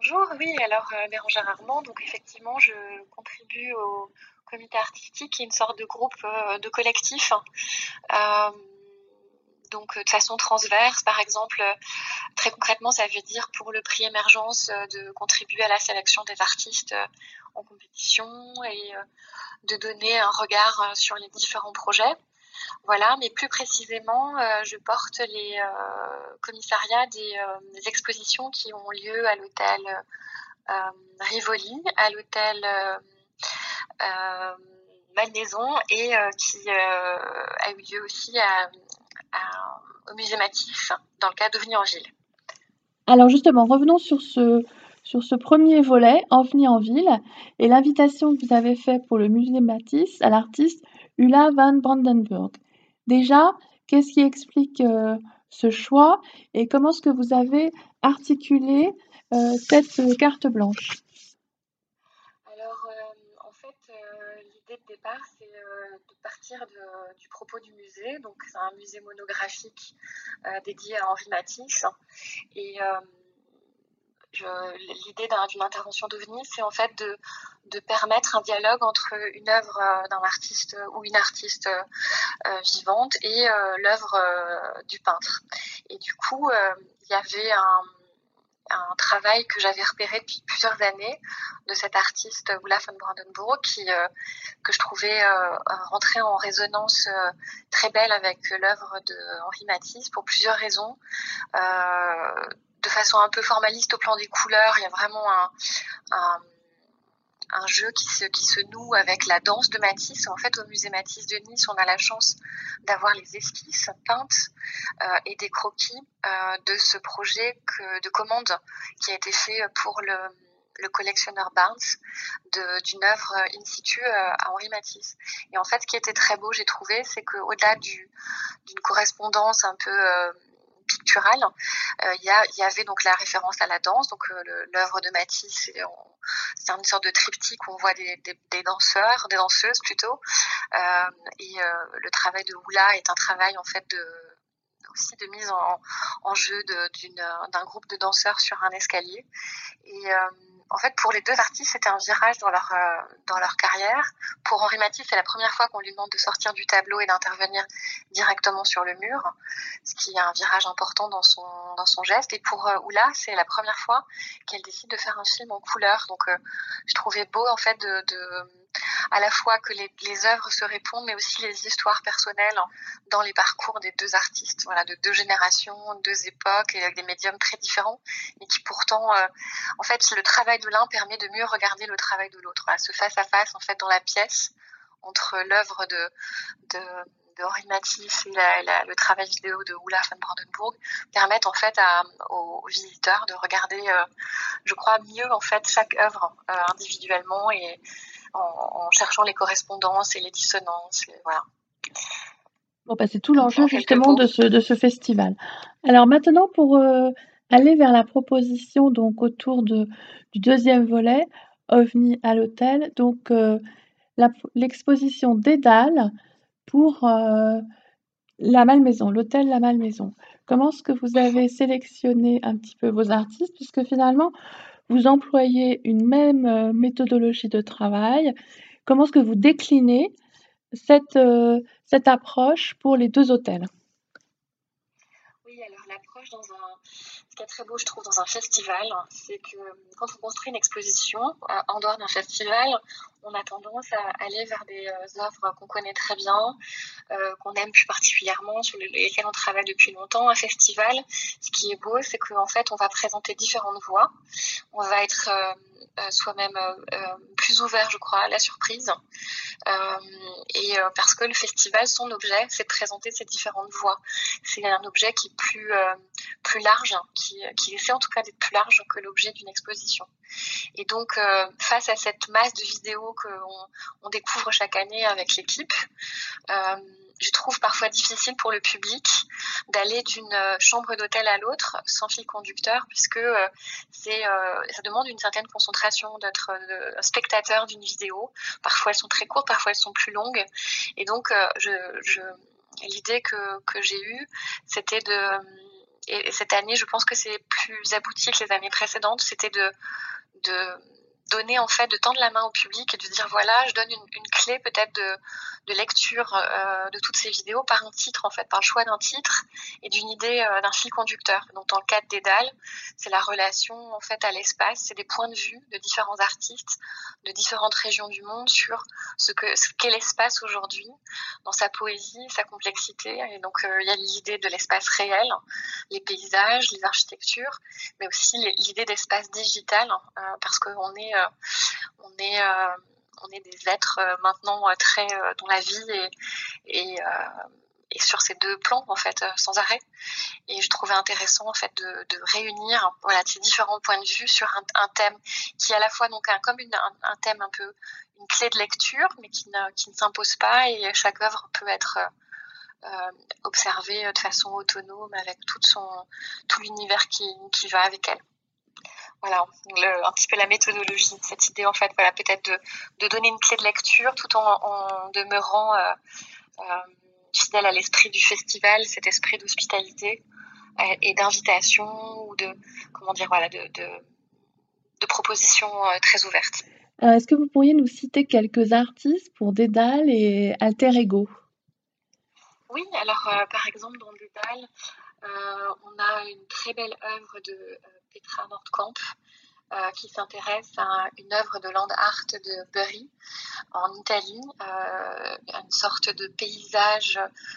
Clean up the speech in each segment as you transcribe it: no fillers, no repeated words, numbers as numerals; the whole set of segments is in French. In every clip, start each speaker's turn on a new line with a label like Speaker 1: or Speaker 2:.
Speaker 1: Bonjour, oui, alors Bérangère Armand, donc effectivement, je contribue au comité artistique, qui est une sorte de groupe, de collectif, euh, donc de façon transverse. Par exemple, très concrètement, ça veut dire pour le prix Émergence de contribuer à la sélection des artistes en compétition et de donner un regard sur les différents projets. Voilà, mais plus précisément, je porte les commissariats des expositions qui ont lieu à l'hôtel Rivoli, à l'hôtel Malmaison et qui a eu lieu aussi au musée Matisse dans le cadre d'OVNI en ville.
Speaker 2: Alors justement, revenons sur ce premier volet, OVNI en ville, et l'invitation que vous avez faite pour le musée Matisse à l'artiste Ulla van Brandenburg. Déjà, qu'est-ce qui explique ce choix et comment est-ce que vous avez articulé cette carte blanche?
Speaker 1: Alors, en fait, l'idée de départ, c'est de partir du propos du musée. Donc, c'est un musée monographique dédié à Henri Matisse. Et l'idée d'une intervention d'OVNI, c'est en fait de permettre un dialogue entre une œuvre d'un artiste ou une artiste vivante et l'œuvre du peintre. Et du coup, il y avait un travail que j'avais repéré depuis plusieurs années de cet artiste Ulla von Brandenburg que je trouvais rentrer en résonance très belle avec l'œuvre de Henri Matisse pour plusieurs raisons. De façon un peu formaliste au plan des couleurs, il y a vraiment un, un jeu qui se noue avec la danse de Matisse. En fait, au musée Matisse de Nice, on a la chance d'avoir les esquisses peintes et des croquis de ce projet de commande qui a été fait pour le collectionneur Barnes d'une œuvre in situ à Henri Matisse. Et en fait, ce qui était très beau, j'ai trouvé, c'est qu'au-delà d'une correspondance un peu picturale, il y avait donc la référence à la danse, donc l'œuvre de Matisse, c'est une sorte de triptyque où on voit des danseurs, des danseuses plutôt, et le travail de Oula est un travail en fait aussi de mise en jeu d'un groupe de danseurs sur un escalier. Et en fait, pour les deux artistes, c'était un virage dans leur carrière. Pour Henri Matisse, c'est la première fois qu'on lui demande de sortir du tableau et d'intervenir directement sur le mur, ce qui est un virage important dans son geste. Et pour Oula, c'est la première fois qu'elle décide de faire un film en couleur. Donc, je trouvais beau, en fait, à la fois que les œuvres se répondent, mais aussi les histoires personnelles dans les parcours des deux artistes, voilà, de deux générations, deux époques, et avec des médiums très différents, mais qui pourtant, en fait, le travail de l'un permet de mieux regarder le travail de l'autre. Voilà, ce face-à-face, en fait, dans la pièce, entre l'œuvre de Henri Matisse et le travail vidéo de Ulla von Brandenburg, permettent en fait aux visiteurs de regarder, je crois, mieux en fait chaque œuvre individuellement et en cherchant les correspondances et les dissonances. Et voilà.
Speaker 2: Bon, bah, c'est tout l'enjeu
Speaker 1: En quelques
Speaker 2: justement
Speaker 1: mots.
Speaker 2: de ce festival. Alors maintenant, pour aller vers la proposition donc autour du deuxième volet, OVNI à l'hôtel, donc l'exposition Dédale pour la Malmaison, l'hôtel La Malmaison. Comment est-ce que vous avez sélectionné un petit peu vos artistes, puisque finalement, vous employez une même méthodologie de travail. Comment est-ce que vous déclinez cette approche pour les deux hôtels?
Speaker 1: Oui, alors l'approche ce qui est très beau, je trouve, dans un festival, c'est que quand on construit une exposition en dehors d'un festival, on a tendance à aller vers des œuvres qu'on connaît très bien, qu'on aime plus particulièrement, sur lesquelles on travaille depuis longtemps. Un festival, ce qui est beau, c'est qu'en fait, on va présenter différentes voix. On va être soi-même plus ouvert, je crois, à la surprise. Et parce que le festival, son objet, c'est de présenter ces différentes voix. C'est un objet qui est plus large, qui essaie en tout cas d'être plus large que l'objet d'une exposition. Et donc, face à cette masse de vidéos qu'on découvre chaque année avec l'équipe, je trouve parfois difficile pour le public d'aller d'une chambre d'hôtel à l'autre sans fil conducteur, puisque ça demande une certaine concentration d'être spectateur d'une vidéo. Parfois elles sont très courtes, parfois elles sont plus longues. Et donc, l'idée que j'ai eue, c'était et cette année, je pense que c'est plus abouti que les années précédentes. C'était de donner, en fait, de tendre la main au public et de dire voilà, je donne une clé peut-être de lecture de toutes ces vidéos par un titre, en fait, par le choix d'un titre et d'une idée d'un fil conducteur. Donc dans le cadre d'Edal, c'est la relation, en fait, à l'espace, c'est des points de vue de différents artistes de différentes régions du monde sur ce qu'est l'espace aujourd'hui, dans sa poésie, sa complexité. Et donc il y a l'idée de l'espace réel, les paysages, les architectures, mais aussi l'idée d'espace digital, parce qu'on est on est on est des êtres maintenant très dont la vie est sur ces deux plans, en fait, sans arrêt. Et je trouvais intéressant, en fait, de réunir, voilà, ces différents points de vue sur un thème qui est à la fois donc comme un thème un peu une clé de lecture, mais qui ne s'impose pas, et chaque œuvre peut être observée de façon autonome avec tout l'univers qui va avec elle. Voilà, un petit peu la méthodologie, cette idée, en fait, voilà, peut-être de donner une clé de lecture tout en demeurant fidèle à l'esprit du festival, cet esprit d'hospitalité et d'invitation ou de, comment dire, voilà, de propositions très ouvertes.
Speaker 2: Est-ce que vous pourriez nous citer quelques artistes pour Dédale et Alter Ego?
Speaker 1: Oui, alors par exemple dans Dédale, on a une très belle œuvre de Petra Nordkamp qui s'intéresse à une œuvre de land art de Bury en Italie, une sorte de paysage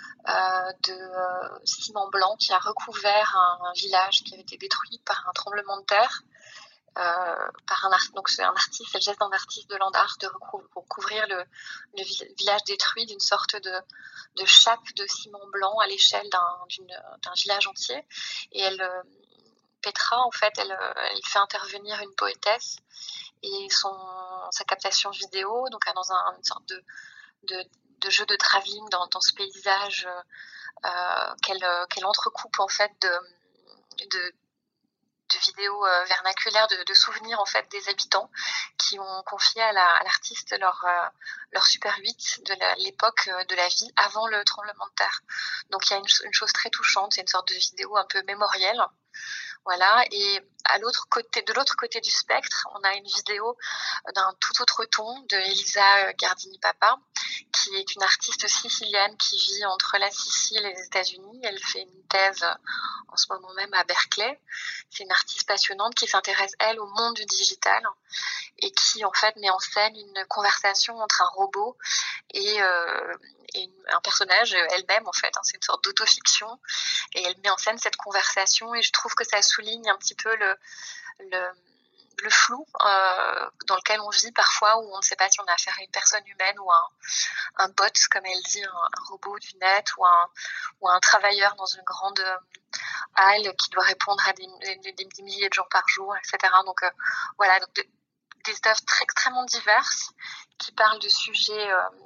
Speaker 1: de ciment blanc qui a recouvert un village qui avait été détruit par un tremblement de terre. Donc c'est un artiste, c'est le geste d'un artiste de land art de recouvrir le village détruit d'une sorte de chape de ciment blanc à l'échelle d'un village entier. Et Petra, en fait, elle fait intervenir une poétesse et sa captation vidéo, donc dans une sorte de jeu de travelling dans ce paysage qu'elle entrecoupe, en fait, de vidéos vernaculaires, de souvenirs, en fait, des habitants qui ont confié à l'artiste leur Super 8 de l'époque de la vie avant le tremblement de terre. Donc il y a une chose très touchante, c'est une sorte de vidéo un peu mémorielle. Voilà, et de l'autre côté du spectre, on a une vidéo d'un tout autre ton de Elisa Gardini Papa, qui est une artiste sicilienne qui vit entre la Sicile et les États-Unis. Elle fait une thèse en ce moment même à Berkeley. C'est une artiste passionnante qui s'intéresse, elle, au monde du digital et qui, en fait, met en scène une conversation entre un robot et un personnage elle-même, en fait. C'est une sorte d'autofiction et elle met en scène cette conversation, et je trouve que ça souligne un petit peu le flou dans lequel on vit parfois, où on ne sait pas si on a affaire à une personne humaine ou un bot, comme elle dit, un robot du net, ou un travailleur dans une grande halle qui doit répondre à des milliers de gens par jour, etc. Donc voilà, donc des œuvres extrêmement diverses qui parlent de sujets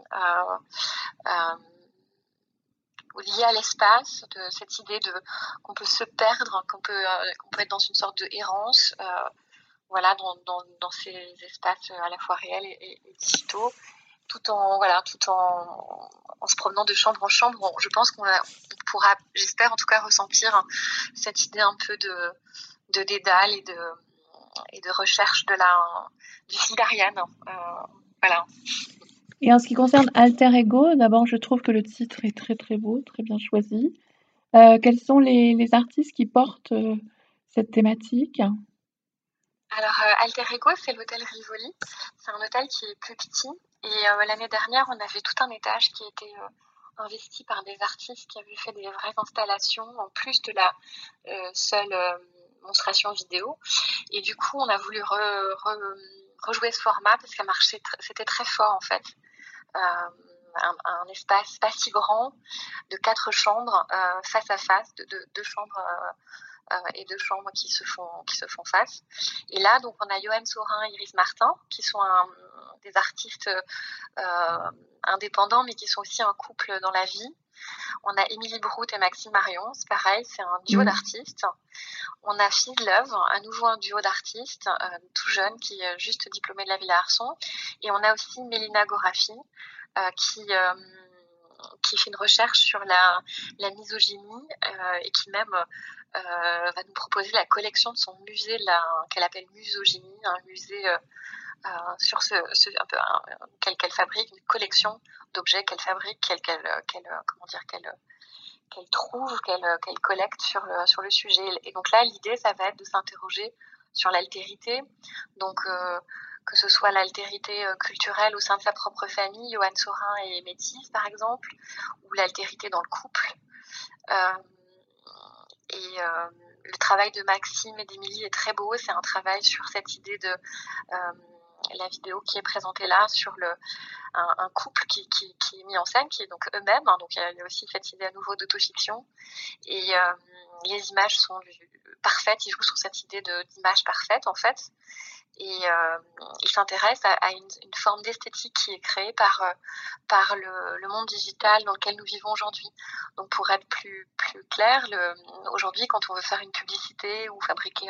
Speaker 1: liés à l'espace, de cette idée qu'on peut se perdre, qu'on peut être dans une sorte de errance, voilà, dans ces espaces à la fois réels et digitaux, tout en se promenant de chambre en chambre. Je pense qu'on pourra, j'espère en tout cas, ressentir cette idée un peu de Dédale et de recherche du fil d'Ariane. Voilà.
Speaker 2: Et en ce qui concerne Alter Ego, d'abord, je trouve que le titre est très, très beau, très bien choisi. Quels sont les artistes qui portent cette thématique?
Speaker 1: Alors, Alter Ego, c'est l'hôtel Rivoli. C'est un hôtel qui est plus petit. Et l'année dernière, on avait tout un étage qui était investi par des artistes qui avaient fait des vraies installations, en plus de la seule monstration vidéo. Et du coup, on a voulu rejouer ce format parce que c'était très fort, en fait. Un espace pas si grand, de 4 chambres face à face, de deux chambres et 2 chambres qui se font face. Et là, donc, on a Yoann Sorin et Iris Martin, qui sont des artistes indépendants, mais qui sont aussi un couple dans la vie. On a Émilie Brout et Maxime Marion, c'est pareil, c'est un duo d'artistes. On a Fille Love, à nouveau un duo d'artistes, tout jeune, qui est juste diplômé de la Villa Arson. Et on a aussi Mélina Gorafi, qui fait une recherche sur la misogynie et qui même va nous proposer la collection de son musée qu'elle appelle Musogynie, un musée sur un peu qu'elle fabrique, une collection d'objets qu'elle fabrique, qu'elle trouve, qu'elle collecte sur le sujet. Et donc là, l'idée, ça va être de s'interroger sur l'altérité. Donc, que ce soit l'altérité culturelle au sein de sa propre famille, Johan Sorin et Métis, par exemple, ou l'altérité dans le couple. Le travail de Maxime et d'Émilie est très beau. C'est un travail sur cette idée de la vidéo qui est présentée là, sur un couple qui est mis en scène, qui est donc eux-mêmes. Hein, donc il y a aussi cette idée à nouveau d'autofiction. Et les images sont parfaites. Ils jouent sur cette idée d'image parfaite, en fait. Et il s'intéresse à une forme d'esthétique qui est créée par le monde digital dans lequel nous vivons aujourd'hui. Donc pour être plus clair, aujourd'hui, quand on veut faire une publicité ou fabriquer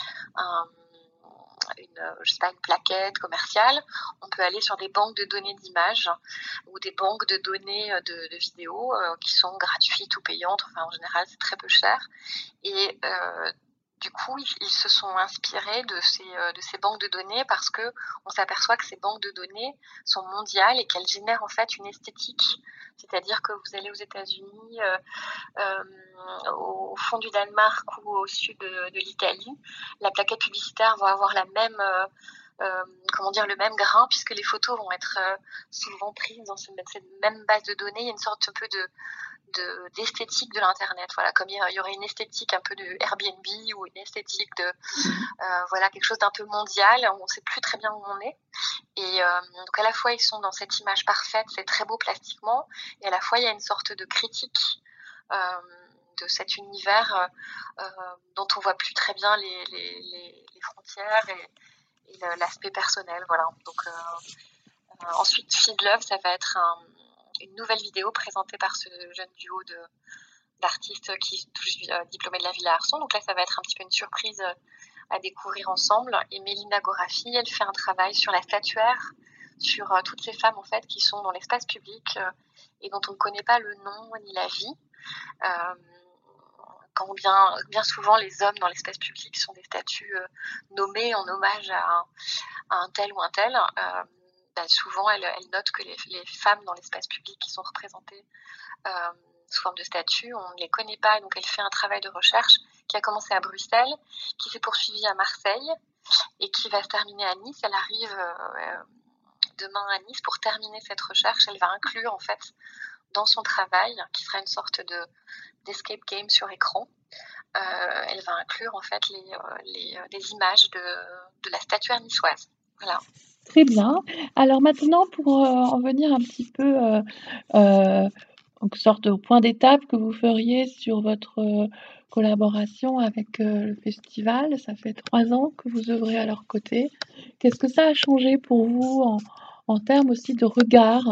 Speaker 1: une plaquette commerciale, on peut aller sur des banques de données d'images ou des banques de données de vidéos qui sont gratuites ou payantes. Enfin, en général, c'est très peu cher. Et du coup, ils se sont inspirés de ces banques de données parce que on s'aperçoit que ces banques de données sont mondiales et qu'elles génèrent en fait une esthétique. C'est-à-dire que vous allez aux États-Unis, au fond du Danemark ou au sud de l'Italie, la plaquette publicitaire va avoir le même grain, puisque les photos vont être souvent prises dans cette même base de données. Il y a une sorte un peu d'esthétique de l'internet, voilà, comme il y aurait une esthétique un peu de Airbnb ou une esthétique de quelque chose d'un peu mondial. On ne sait plus très bien où on est. Et donc à la fois ils sont dans cette image parfaite, c'est très beau plastiquement, et à la fois il y a une sorte de critique de cet univers dont on voit plus très bien les frontières et l'aspect personnel, voilà. Donc ensuite, Feed Love, ça va être une nouvelle vidéo présentée par ce jeune duo d'artistes qui tous diplômés de la Villa Arson. Donc là, ça va être un petit peu une surprise à découvrir ensemble. Et Mélina Gorafi, elle fait un travail sur la statuaire, sur toutes ces femmes en fait qui sont dans l'espace public et dont on ne connaît pas le nom ni la vie. Quand bien souvent les hommes dans l'espace public sont des statues nommées en hommage à un tel ou un tel, souvent elle note que les femmes dans l'espace public qui sont représentées sous forme de statues, on ne les connaît pas, donc elle fait un travail de recherche qui a commencé à Bruxelles, qui s'est poursuivi à Marseille et qui va se terminer à Nice. Elle arrive demain à Nice pour terminer cette recherche. Elle va inclure en fait dans son travail, qui sera une sorte d'escape game sur écran, elle va inclure en fait des images de la statuaire niçoise. Voilà.
Speaker 2: Très bien. Alors maintenant pour, en venir un petit peu, en sorte au point d'étape que vous feriez sur votre, collaboration avec, le festival. Ça fait 3 ans que vous œuvrez à leurs côtés. Qu'est-ce que ça a changé pour vous en termes aussi de regard,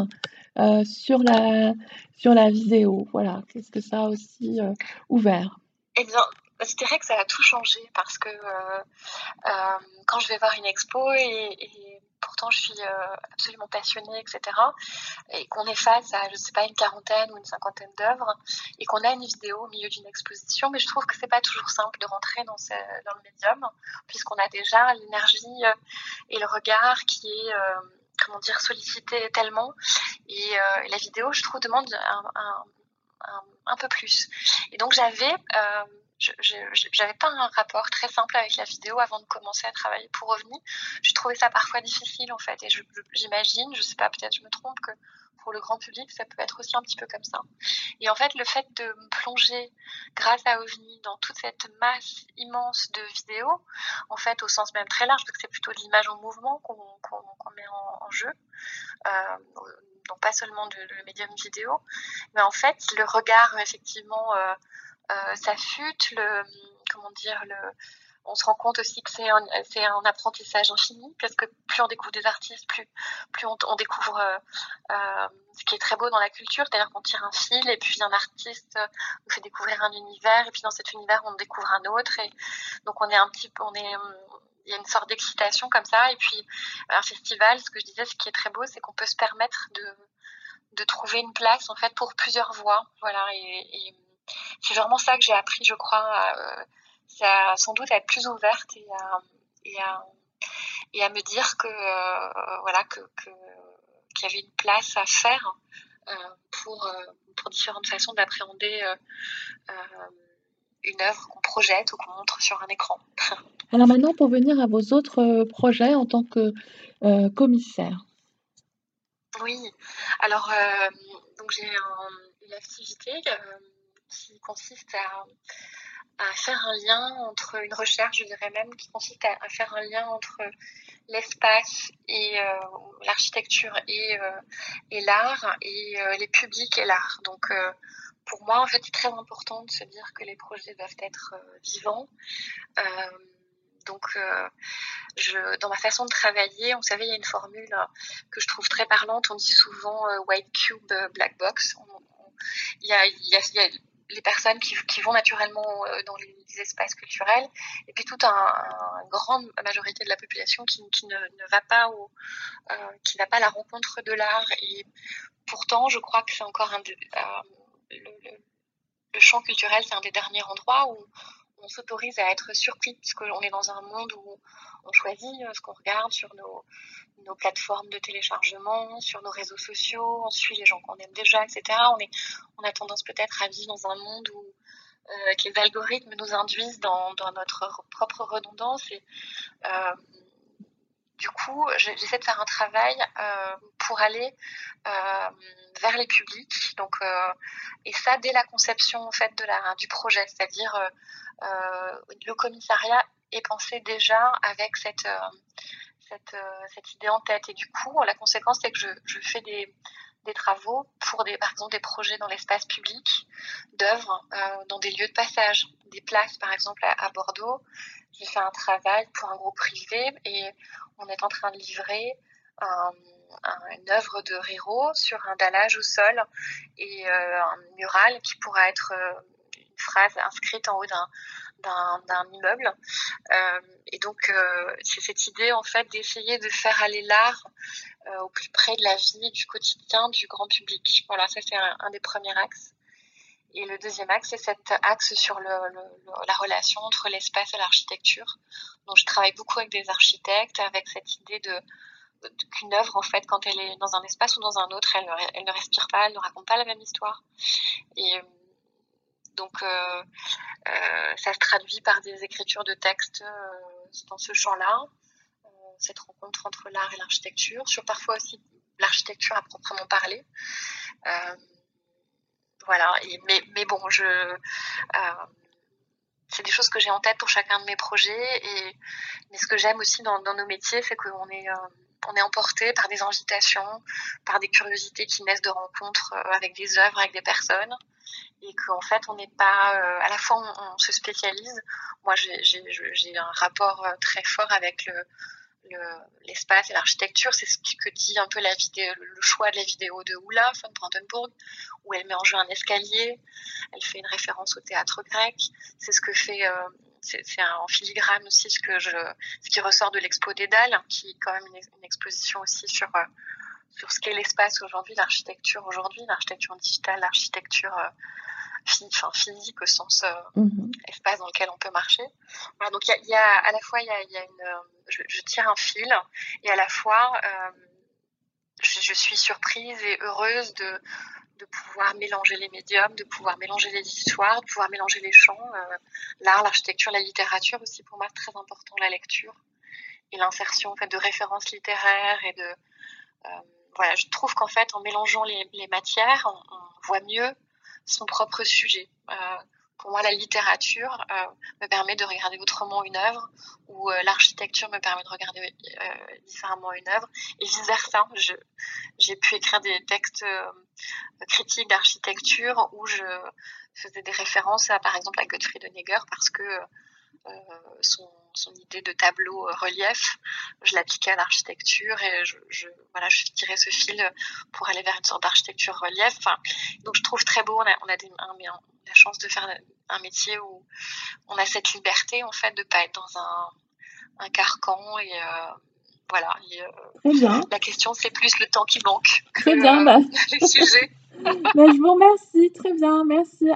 Speaker 2: sur la vidéo? Voilà, qu'est-ce que ça a aussi, ouvert?
Speaker 1: Eh bien, je dirais que ça a tout changé parce que quand je vais voir une expo et pourtant je suis absolument passionnée, etc., et qu'on est face à, je sais pas, une quarantaine ou une cinquantaine d'œuvres, et qu'on a une vidéo au milieu d'une exposition, mais je trouve que c'est pas toujours simple de rentrer dans le médium, puisqu'on a déjà l'énergie et le regard qui est sollicité tellement, et la vidéo, je trouve, demande un peu plus. Et donc j'avais pas un rapport très simple avec la vidéo avant de commencer à travailler pour OVNI. Je trouvais ça parfois difficile en fait, et j'imagine, je sais pas, peut-être je me trompe, que pour le grand public ça peut être aussi un petit peu comme ça. Et en fait, le fait de me plonger grâce à OVNI dans toute cette masse immense de vidéos, en fait au sens même très large, parce que c'est plutôt de l'image en mouvement qu'on met en jeu, donc pas seulement le médium vidéo, mais en fait le regard effectivement s'affûte, on se rend compte aussi que c'est un apprentissage infini, parce que plus on découvre des artistes, plus on découvre ce qui est très beau dans la culture, c'est-à-dire qu'on tire un fil et puis un artiste nous fait découvrir un univers, et puis dans cet univers on découvre un autre, et donc il y a une sorte d'excitation comme ça. Et puis un festival, ce que je disais, ce qui est très beau, c'est qu'on peut se permettre de trouver une place en fait pour plusieurs voix, voilà. Et c'est vraiment ça que j'ai appris, je crois, c'est sans doute à être plus ouverte et à, et à me dire que, voilà, qu'il y avait une place à faire euh, pour différentes façons d'appréhender une œuvre qu'on projette ou qu'on montre sur un écran.
Speaker 2: Alors maintenant pour venir à vos autres, projets en tant que, commissaire.
Speaker 1: Oui, alors donc j'ai une activité qui consiste à faire un lien entre une recherche, je dirais même, qui consiste à faire un lien entre l'espace et l'architecture et l'art et les publics et l'art. Donc pour moi, en fait, c'est très important de se dire que les projets doivent être vivants. Euh, donc, dans ma façon de travailler, vous savez, il y a une formule que je trouve très parlante. On dit souvent white cube, black box. Il y a les personnes qui vont naturellement dans les espaces culturels, et puis toute une grande majorité de la population qui ne va pas qui n'a pas la rencontre de l'art. Et pourtant, je crois que c'est encore le champ culturel, c'est un des derniers endroits où on s'autorise à être surpris, parce qu'on est dans un monde où on choisit ce qu'on regarde sur nos plateformes de téléchargement, sur nos réseaux sociaux, on suit les gens qu'on aime déjà, etc. On a tendance peut-être à vivre dans un monde où que les algorithmes nous induisent dans notre propre redondance. Et du coup, j'essaie de faire un travail pour aller vers les publics. Donc, et ça dès la conception en fait du projet, c'est-à-dire le commissariat est pensé déjà avec cette idée en tête. Et du coup, la conséquence, c'est que je fais des travaux pour par exemple des projets dans l'espace public, d'œuvres, dans des lieux de passage, des places par exemple à Bordeaux. J'ai fait un travail pour un groupe privé et on est en train de livrer une œuvre de Rero sur un dallage au sol et un mural qui pourra être une phrase inscrite en haut d'un immeuble. Et donc, c'est cette idée en fait d'essayer de faire aller l'art au plus près de la vie, du quotidien, du grand public. Voilà, ça c'est un des premiers axes. Et le deuxième axe, c'est cet axe sur la relation entre l'espace et l'architecture. Donc, je travaille beaucoup avec des architectes, avec cette idée qu'une œuvre, en fait, quand elle est dans un espace ou dans un autre, elle ne respire pas, elle ne raconte pas la même histoire. Et donc, ça se traduit par des écritures de textes dans ce champ-là, cette rencontre entre l'art et l'architecture, sur parfois aussi l'architecture à proprement parler. Voilà, mais bon, c'est des choses que j'ai en tête pour chacun de mes projets. Mais ce que j'aime aussi dans nos métiers, c'est qu'on est emporté par des invitations, par des curiosités qui naissent de rencontres avec des œuvres, avec des personnes. Et qu'en fait, on n'est pas. À la fois, on se spécialise. Moi, j'ai un rapport très fort avec l'espace et l'architecture. C'est ce que dit un peu le choix de la vidéo de Ulla von Brandenburg, où elle met en jeu un escalier. Elle fait une référence au théâtre grec. C'est ce que fait. C'est en filigrane aussi ce qui ressort de l'expo des Dalles, qui est quand même une exposition aussi sur ce qu'est l'espace aujourd'hui, l'architecture aujourd'hui, l'architecture digitale, l'architecture physique au sens espace dans lequel on peut marcher. Voilà, donc il y a à la fois il y a je tire un fil et à la fois je suis surprise et heureuse de pouvoir mélanger les médiums, de pouvoir mélanger les histoires, de pouvoir mélanger les champs, l'art, l'architecture, la littérature aussi pour moi c'est très important, la lecture et l'insertion en fait de références littéraires et de voilà, je trouve qu'en fait en mélangeant les matières on voit mieux son propre sujet. Pour moi, la littérature me permet de regarder autrement une œuvre, ou l'architecture me permet de regarder différemment une œuvre, et vice-versa. J'ai pu écrire des textes critiques d'architecture où je faisais des références par exemple, à Gottfried Honegger, parce que son idée de tableau relief, je l'appliquais à l'architecture et voilà, je tirais ce fil pour aller vers une sorte d'architecture relief. Enfin, donc je trouve très beau, on a la chance de faire un métier où on a cette liberté en fait de pas être dans un carcan et voilà. Et,
Speaker 2: Très bien.
Speaker 1: La question c'est plus le temps qui manque que
Speaker 2: Très bien,
Speaker 1: les sujets.
Speaker 2: je vous remercie, très bien, merci.